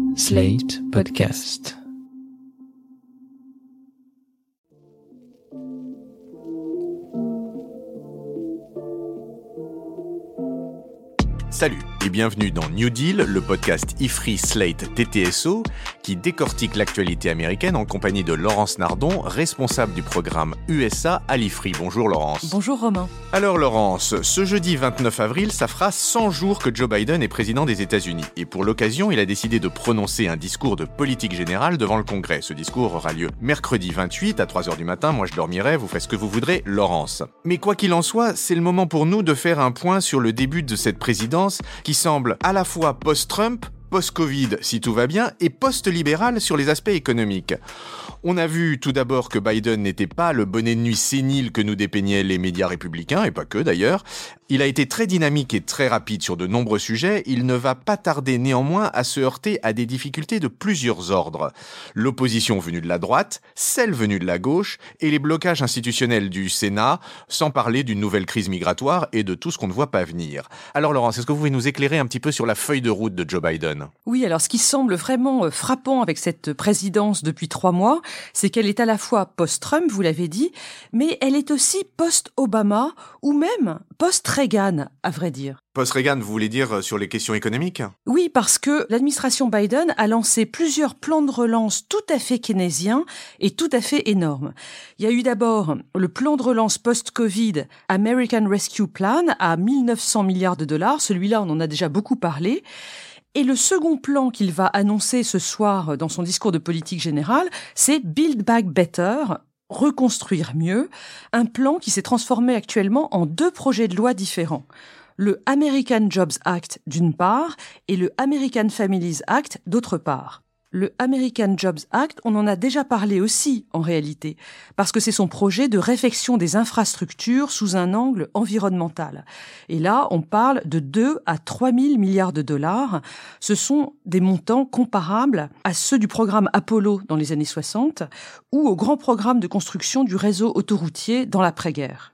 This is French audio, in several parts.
Slate Podcast. Salut et bienvenue dans New Deal, le podcast IFRI Slate TTSO qui décortique l'actualité américaine en compagnie de Laurence Nardon, responsable du programme USA à l'IFRI. Bonjour Laurence. Bonjour Romain. Alors Laurence, ce jeudi 29 avril, ça fera 100 jours que Joe Biden est président des États-Unis. Et pour l'occasion, il a décidé de prononcer un discours de politique générale devant le Congrès. Ce discours aura lieu mercredi 28 à 3h du matin. Moi je dormirai, vous faites ce que vous voudrez, Laurence. Mais quoi qu'il en soit, c'est le moment pour nous de faire un point sur le début de cette présidence qui semble à la fois post-Trump, post-Covid si tout va bien, et post-libéral sur les aspects économiques. On a vu tout d'abord que Biden n'était pas le bonnet de nuit sénile que nous dépeignaient les médias républicains, et pas que d'ailleurs. Il a été très dynamique et très rapide sur de nombreux sujets. Il ne va pas tarder néanmoins à se heurter à des difficultés de plusieurs ordres. L'opposition venue de la droite, celle venue de la gauche, et les blocages institutionnels du Sénat, sans parler d'une nouvelle crise migratoire et de tout ce qu'on ne voit pas venir. Alors Laurence, est-ce que vous pouvez nous éclairer un petit peu sur la feuille de route de Joe Biden ? Oui, alors ce qui semble vraiment frappant avec cette présidence depuis 3 mois, c'est qu'elle est à la fois post-Trump, vous l'avez dit, mais elle est aussi post-Obama ou même post-Reagan, à vrai dire. Post-Reagan, vous voulez dire sur les questions économiques ? Oui, parce que l'administration Biden a lancé plusieurs plans de relance tout à fait keynésiens et tout à fait énormes. Il y a eu d'abord le plan de relance post-Covid American Rescue Plan à 1 900 milliards de dollars. Celui-là, on en a déjà beaucoup parlé. Et le second plan qu'il va annoncer ce soir dans son discours de politique générale, c'est Build Back Better, reconstruire mieux, un plan qui s'est transformé actuellement en 2 projets de loi différents. Le American Jobs Act d'une part et le American Families Act d'autre part. Le American Jobs Act, on en a déjà parlé aussi en réalité, parce que c'est son projet de réfection des infrastructures sous un angle environnemental. Et là, on parle de 2 à 3 000 milliards de dollars. Ce sont des montants comparables à ceux du programme Apollo dans les années 60 ou au grand programme de construction du réseau autoroutier dans l'après-guerre.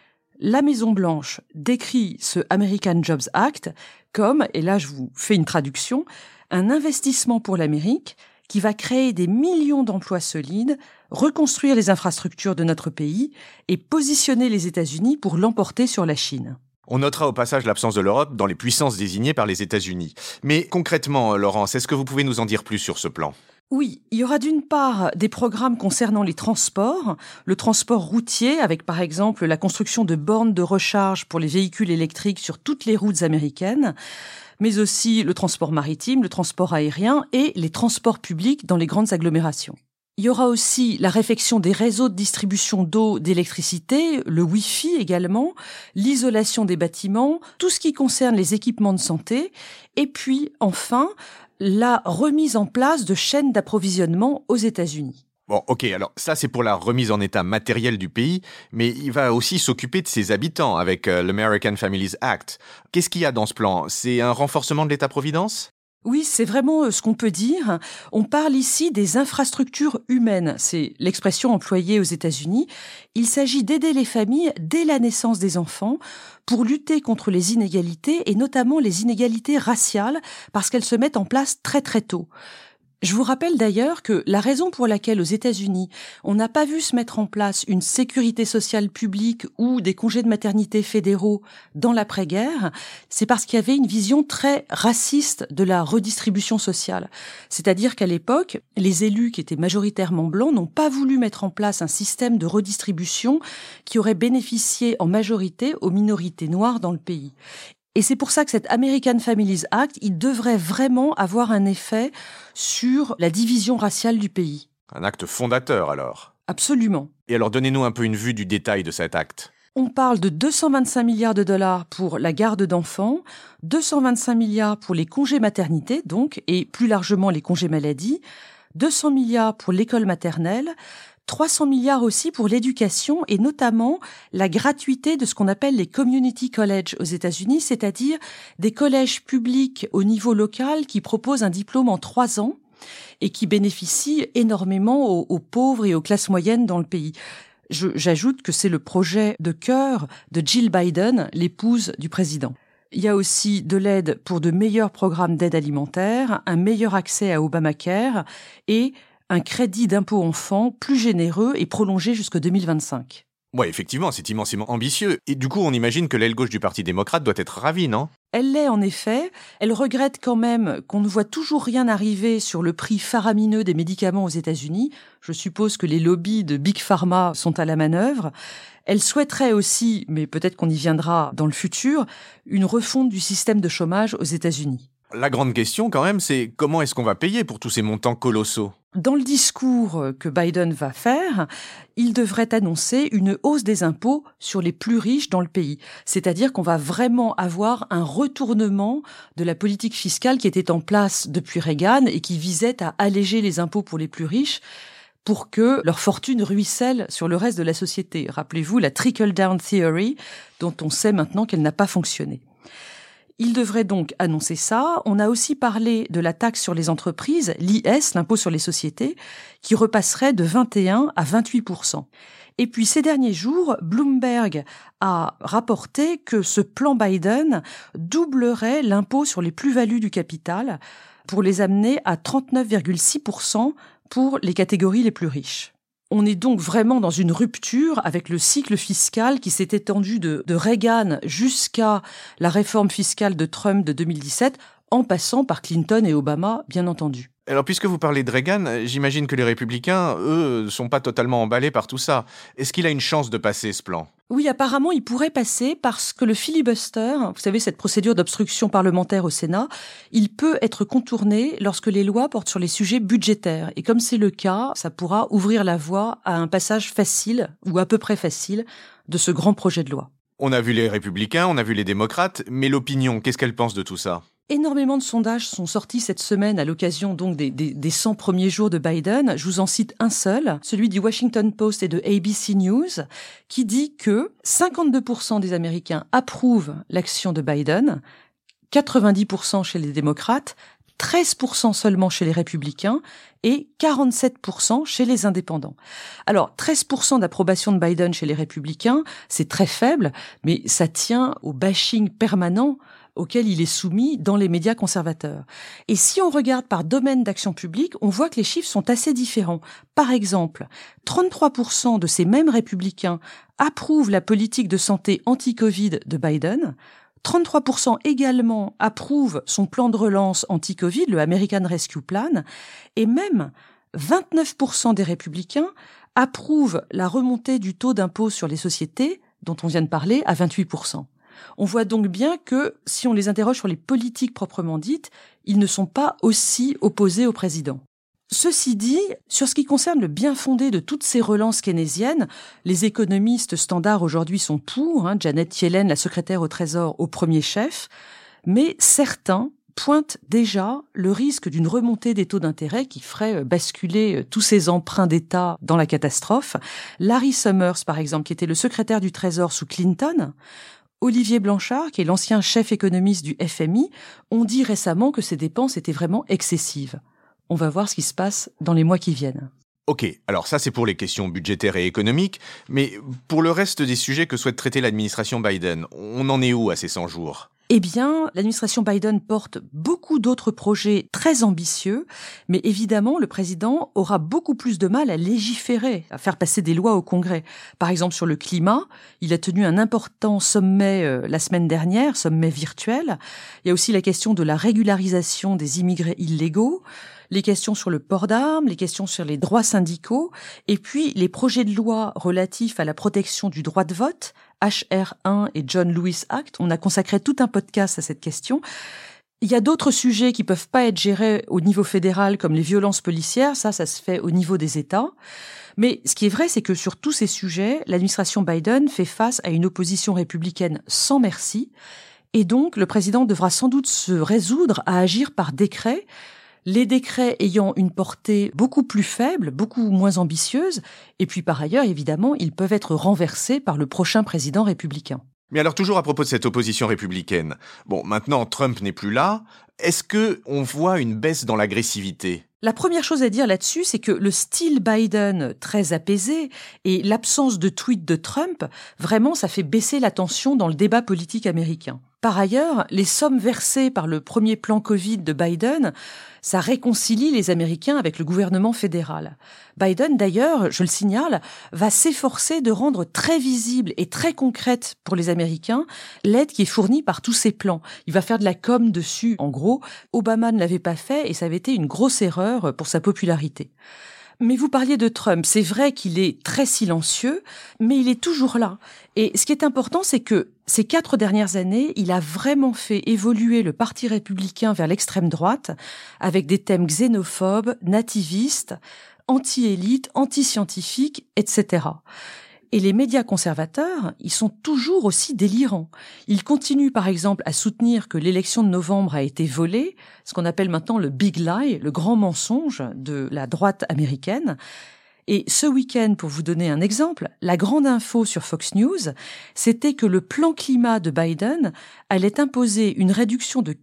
La Maison-Blanche décrit ce American Jobs Act comme, et là je vous fais une traduction, un investissement pour l'Amérique qui va créer des millions d'emplois solides, reconstruire les infrastructures de notre pays et positionner les États-Unis pour l'emporter sur la Chine. On notera au passage l'absence de l'Europe dans les puissances désignées par les États-Unis. Mais concrètement, Laurence, est-ce que vous pouvez nous en dire plus sur ce plan ? Oui, il y aura d'une part des programmes concernant les transports, le transport routier avec par exemple la construction de bornes de recharge pour les véhicules électriques sur toutes les routes américaines, mais aussi le transport maritime, le transport aérien et les transports publics dans les grandes agglomérations. Il y aura aussi la réfection des réseaux de distribution d'eau, d'électricité, le Wi-Fi également, l'isolation des bâtiments, tout ce qui concerne les équipements de santé, et puis enfin la remise en place de chaînes d'approvisionnement aux États-Unis. Bon, ok, alors ça c'est pour la remise en état matériel du pays, mais il va aussi s'occuper de ses habitants avec l'American Families Act. Qu'est-ce qu'il y a dans ce plan ? C'est un renforcement de l'État-providence ? Oui, c'est vraiment ce qu'on peut dire. On parle ici des infrastructures humaines. C'est l'expression employée aux États-Unis. Il s'agit d'aider les familles dès la naissance des enfants pour lutter contre les inégalités et notamment les inégalités raciales parce qu'elles se mettent en place très très tôt. Je vous rappelle d'ailleurs que la raison pour laquelle aux États-Unis, on n'a pas vu se mettre en place une sécurité sociale publique ou des congés de maternité fédéraux dans l'après-guerre, c'est parce qu'il y avait une vision très raciste de la redistribution sociale. C'est-à-dire qu'à l'époque, les élus qui étaient majoritairement blancs n'ont pas voulu mettre en place un système de redistribution qui aurait bénéficié en majorité aux minorités noires dans le pays. Et c'est pour ça que cet American Families Act, il devrait vraiment avoir un effet sur la division raciale du pays. Un acte fondateur alors ? Absolument. Et alors donnez-nous un peu une vue du détail de cet acte. On parle de 225 milliards de dollars pour la garde d'enfants, 225 milliards pour les congés maternité, donc, et plus largement les congés maladie, 200 milliards pour l'école maternelle, 300 milliards aussi pour l'éducation et notamment la gratuité de ce qu'on appelle les community colleges aux États-Unis, c'est-à-dire des collèges publics au niveau local qui proposent un diplôme en 3 ans et qui bénéficient énormément aux pauvres et aux classes moyennes dans le pays. J'ajoute que c'est le projet de cœur de Jill Biden, l'épouse du président. Il y a aussi de l'aide pour de meilleurs programmes d'aide alimentaire, un meilleur accès à Obamacare et un crédit d'impôt enfant plus généreux et prolongé jusqu'en 2025. Ouais, effectivement, c'est immensément ambitieux. Et du coup, on imagine que l'aile gauche du Parti démocrate doit être ravie, non ? Elle l'est en effet. Elle regrette quand même qu'on ne voit toujours rien arriver sur le prix faramineux des médicaments aux États-Unis. Je suppose que les lobbies de Big Pharma sont à la manœuvre. Elle souhaiterait aussi, mais peut-être qu'on y viendra dans le futur, une refonte du système de chômage aux États-Unis. La grande question, quand même, c'est comment est-ce qu'on va payer pour tous ces montants colossaux ? Dans le discours que Biden va faire, il devrait annoncer une hausse des impôts sur les plus riches dans le pays. C'est-à-dire qu'on va vraiment avoir un retournement de la politique fiscale qui était en place depuis Reagan et qui visait à alléger les impôts pour les plus riches pour que leur fortune ruisselle sur le reste de la société. Rappelez-vous la trickle-down theory dont on sait maintenant qu'elle n'a pas fonctionné. Il devrait donc annoncer ça. On a aussi parlé de la taxe sur les entreprises, l'IS, l'impôt sur les sociétés, qui repasserait de 21 à 28%. Et puis ces derniers jours, Bloomberg a rapporté que ce plan Biden doublerait l'impôt sur les plus-values du capital pour les amener à 39,6% pour les catégories les plus riches. On est donc vraiment dans une rupture avec le cycle fiscal qui s'est étendu de Reagan jusqu'à la réforme fiscale de Trump de 2017, en passant par Clinton et Obama, bien entendu. Alors, puisque vous parlez de Reagan, j'imagine que les républicains, eux, sont pas totalement emballés par tout ça. Est-ce qu'il a une chance de passer, ce plan ? Oui, apparemment, il pourrait passer parce que le filibuster, vous savez, cette procédure d'obstruction parlementaire au Sénat, il peut être contourné lorsque les lois portent sur les sujets budgétaires. Et comme c'est le cas, ça pourra ouvrir la voie à un passage facile, ou à peu près facile, de ce grand projet de loi. On a vu les républicains, on a vu les démocrates, mais l'opinion, qu'est-ce qu'elle pense de tout ça ? Énormément de sondages sont sortis cette semaine à l'occasion donc des 100 premiers jours de Biden. Je vous en cite un seul, celui du Washington Post et de ABC News, qui dit que 52% des Américains approuvent l'action de Biden, 90% chez les démocrates, 13% seulement chez les républicains et 47% chez les indépendants. Alors, 13% d'approbation de Biden chez les républicains, c'est très faible, mais ça tient au bashing permanent auquel il est soumis dans les médias conservateurs. Et si on regarde par domaine d'action publique, on voit que les chiffres sont assez différents. Par exemple, 33% de ces mêmes républicains approuvent la politique de santé anti-Covid de Biden, 33% également approuvent son plan de relance anti-Covid, le American Rescue Plan, et même 29% des républicains approuvent la remontée du taux d'impôt sur les sociétés, dont on vient de parler, à 28%. On voit donc bien que, si on les interroge sur les politiques proprement dites, ils ne sont pas aussi opposés au président. Ceci dit, sur ce qui concerne le bien fondé de toutes ces relances keynésiennes, les économistes standards aujourd'hui sont pour, Janet Yellen, la secrétaire au Trésor, au premier chef, mais certains pointent déjà le risque d'une remontée des taux d'intérêt qui ferait basculer tous ces emprunts d'État dans la catastrophe. Larry Summers, par exemple, qui était le secrétaire du Trésor sous Clinton, Olivier Blanchard, qui est l'ancien chef économiste du FMI, ont dit récemment que ces dépenses étaient vraiment excessives. On va voir ce qui se passe dans les mois qui viennent. Ok, alors ça c'est pour les questions budgétaires et économiques, mais pour le reste des sujets que souhaite traiter l'administration Biden, on en est où à ces 100 jours ? Eh bien, l'administration Biden porte beaucoup d'autres projets très ambitieux, mais évidemment, le président aura beaucoup plus de mal à légiférer, à faire passer des lois au Congrès. Par exemple, sur le climat, il a tenu un important sommet la semaine dernière, sommet virtuel. Il y a aussi la question de la régularisation des immigrés illégaux, les questions sur le port d'armes, les questions sur les droits syndicaux, et puis les projets de loi relatifs à la protection du droit de vote, HR1 et John Lewis Act. On a consacré tout un podcast à cette question. Il y a d'autres sujets qui peuvent pas être gérés au niveau fédéral, comme les violences policières. Ça se fait au niveau des États. Mais ce qui est vrai, c'est que sur tous ces sujets, l'administration Biden fait face à une opposition républicaine sans merci. Et donc, le président devra sans doute se résoudre à agir par décret, les décrets ayant une portée beaucoup plus faible, beaucoup moins ambitieuse, et puis par ailleurs, évidemment, ils peuvent être renversés par le prochain président républicain. Mais alors toujours à propos de cette opposition républicaine, bon, maintenant Trump n'est plus là, est-ce qu'on voit une baisse dans l'agressivité ? La première chose à dire là-dessus, c'est que le style Biden très apaisé et l'absence de tweets de Trump, vraiment, ça fait baisser la tension dans le débat politique américain. Par ailleurs, les sommes versées par le premier plan Covid de Biden, ça réconcilie les Américains avec le gouvernement fédéral. Biden, d'ailleurs, je le signale, va s'efforcer de rendre très visible et très concrète pour les Américains l'aide qui est fournie par tous ces plans. Il va faire de la com dessus, en gros. Obama ne l'avait pas fait et ça avait été une grosse erreur pour sa popularité. Mais vous parliez de Trump, c'est vrai qu'il est très silencieux, mais il est toujours là. Et ce qui est important, c'est que ces 4 dernières années, il a vraiment fait évoluer le Parti républicain vers l'extrême droite, avec des thèmes xénophobes, nativistes, anti-élites, anti-scientifiques, etc. Et les médias conservateurs, ils sont toujours aussi délirants. Ils continuent par exemple à soutenir que l'élection de novembre a été volée, ce qu'on appelle maintenant le big lie, le grand mensonge de la droite américaine. Et ce week-end, pour vous donner un exemple, la grande info sur Fox News, c'était que le plan climat de Biden allait imposer une réduction de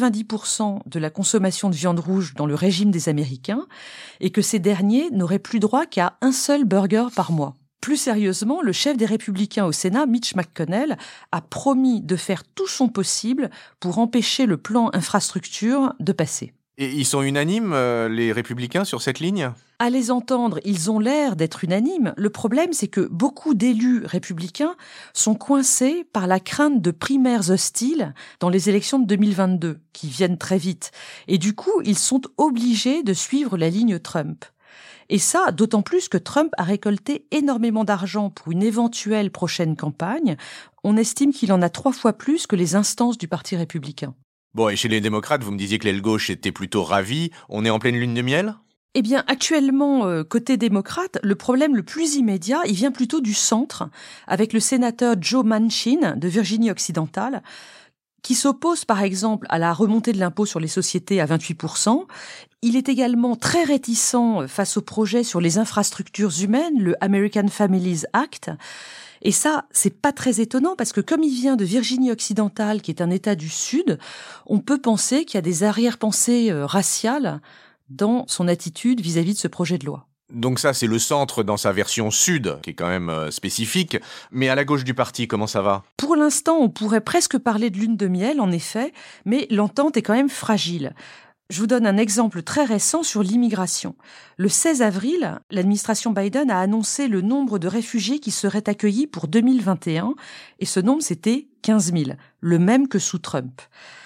90% de la consommation de viande rouge dans le régime des Américains et que ces derniers n'auraient plus droit qu'à un seul burger par mois. Plus sérieusement, le chef des Républicains au Sénat, Mitch McConnell, a promis de faire tout son possible pour empêcher le plan infrastructure de passer. Et ils sont unanimes, les Républicains, sur cette ligne ? À les entendre, ils ont l'air d'être unanimes. Le problème, c'est que beaucoup d'élus républicains sont coincés par la crainte de primaires hostiles dans les élections de 2022, qui viennent très vite. Et du coup, ils sont obligés de suivre la ligne Trump. Et ça, d'autant plus que Trump a récolté énormément d'argent pour une éventuelle prochaine campagne. On estime qu'il en a 3 fois plus que les instances du Parti républicain. Bon, et chez les démocrates, vous me disiez que l'aile gauche était plutôt ravie. On est en pleine lune de miel ? Eh bien, actuellement, côté démocrate, le problème le plus immédiat, il vient plutôt du centre, avec le sénateur Joe Manchin de Virginie-Occidentale, qui s'oppose par exemple à la remontée de l'impôt sur les sociétés à 28%. Il est également très réticent face au projet sur les infrastructures humaines, le American Families Act. Et ça, c'est pas très étonnant parce que comme il vient de Virginie-Occidentale, qui est un État du Sud, on peut penser qu'il y a des arrière-pensées raciales dans son attitude vis-à-vis de ce projet de loi. Donc ça, c'est le centre dans sa version sud, qui est quand même spécifique. Mais à la gauche du parti, comment ça va ? Pour l'instant, on pourrait presque parler de lune de miel, en effet, mais l'entente est quand même fragile. Je vous donne un exemple très récent sur l'immigration. Le 16 avril, l'administration Biden a annoncé le nombre de réfugiés qui seraient accueillis pour 2021, et ce nombre, c'était 15 000, le même que sous Trump.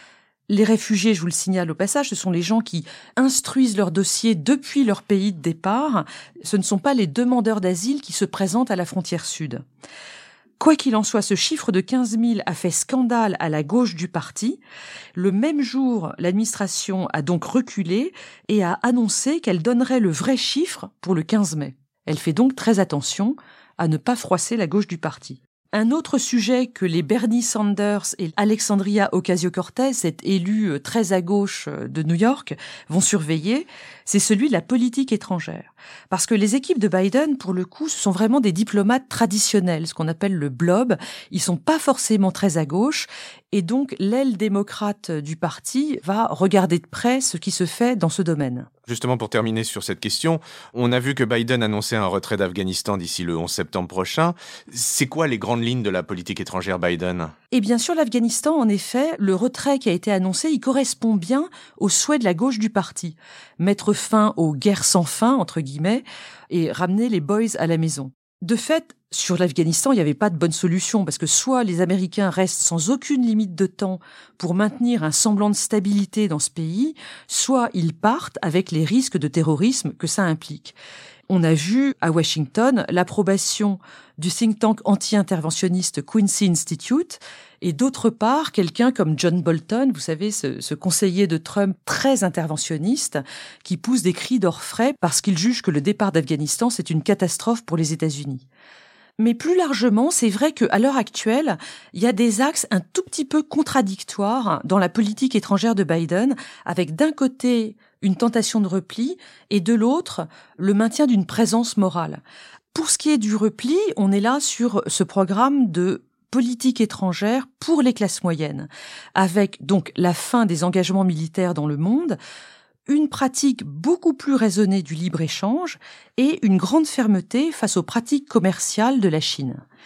Les réfugiés, je vous le signale au passage, ce sont les gens qui instruisent leur dossier depuis leur pays de départ. Ce ne sont pas les demandeurs d'asile qui se présentent à la frontière sud. Quoi qu'il en soit, ce chiffre de 15 000 a fait scandale à la gauche du parti. Le même jour, l'administration a donc reculé et a annoncé qu'elle donnerait le vrai chiffre pour le 15 mai. Elle fait donc très attention à ne pas froisser la gauche du parti. Un autre sujet que les Bernie Sanders et Alexandria Ocasio-Cortez, cette élue très à gauche de New York, vont surveiller, c'est celui de la politique étrangère. Parce que les équipes de Biden, pour le coup, ce sont vraiment des diplomates traditionnels, ce qu'on appelle le blob. Ils sont pas forcément très à gauche. Et donc, l'aile démocrate du parti va regarder de près ce qui se fait dans ce domaine. Justement, pour terminer sur cette question, on a vu que Biden annonçait un retrait d'Afghanistan d'ici le 11 septembre prochain. C'est quoi les grandes lignes de la politique étrangère Biden ? Et bien sûr, l'Afghanistan, en effet, le retrait qui a été annoncé, il correspond bien aux souhaits de la gauche du parti. Mettre fin aux guerres sans fin, entre guillemets, et ramener les boys à la maison. De fait, sur l'Afghanistan, il n'y avait pas de bonne solution parce que soit les Américains restent sans aucune limite de temps pour maintenir un semblant de stabilité dans ce pays, soit ils partent avec les risques de terrorisme que ça implique. On a vu à Washington l'approbation du think tank anti-interventionniste Quincy Institute et d'autre part quelqu'un comme John Bolton, vous savez, ce conseiller de Trump très interventionniste qui pousse des cris d'orfraie parce qu'il juge que le départ d'Afghanistan c'est une catastrophe pour les États-Unis. Mais plus largement, c'est vrai qu'à l'heure actuelle, il y a des axes un tout petit peu contradictoires dans la politique étrangère de Biden, avec d'un côté une tentation de repli et de l'autre le maintien d'une présence morale. Pour ce qui est du repli, on est là sur ce programme de politique étrangère pour les classes moyennes, avec donc la fin des engagements militaires dans le monde, une pratique beaucoup plus raisonnée du libre-échange et une grande fermeté face aux pratiques commerciales de la Chine.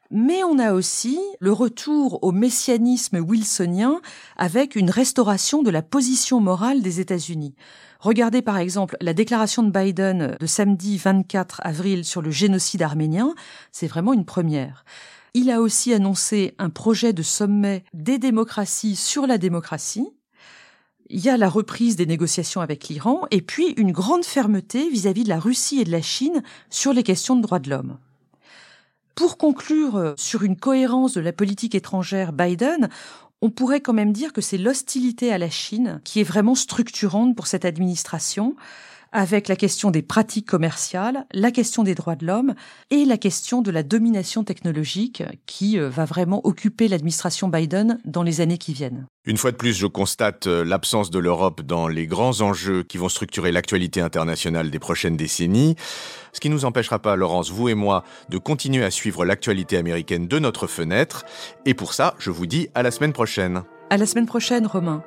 Mais on a aussi le retour au messianisme wilsonien avec une restauration de la position morale des États-Unis. Regardez par exemple la déclaration de Biden de samedi 24 avril sur le génocide arménien, c'est vraiment une première. Il a aussi annoncé un projet de sommet des démocraties sur la démocratie. Il y a la reprise des négociations avec l'Iran et puis une grande fermeté vis-à-vis de la Russie et de la Chine sur les questions de droits de l'homme. Pour conclure sur une cohérence de la politique étrangère Biden, on pourrait quand même dire que c'est l'hostilité à la Chine qui est vraiment structurante pour cette administration, avec la question des pratiques commerciales, la question des droits de l'homme et la question de la domination technologique qui va vraiment occuper l'administration Biden dans les années qui viennent. Une fois de plus, je constate l'absence de l'Europe dans les grands enjeux qui vont structurer l'actualité internationale des prochaines décennies. Ce qui ne nous empêchera pas, Laurence, vous et moi, de continuer à suivre l'actualité américaine de notre fenêtre. Et pour ça, je vous dis à la semaine prochaine. À la semaine prochaine, Romain.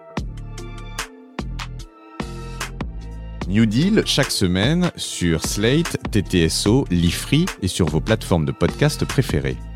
New Deal, chaque semaine, sur Slate, TTSO, Lifree et sur vos plateformes de podcast préférées.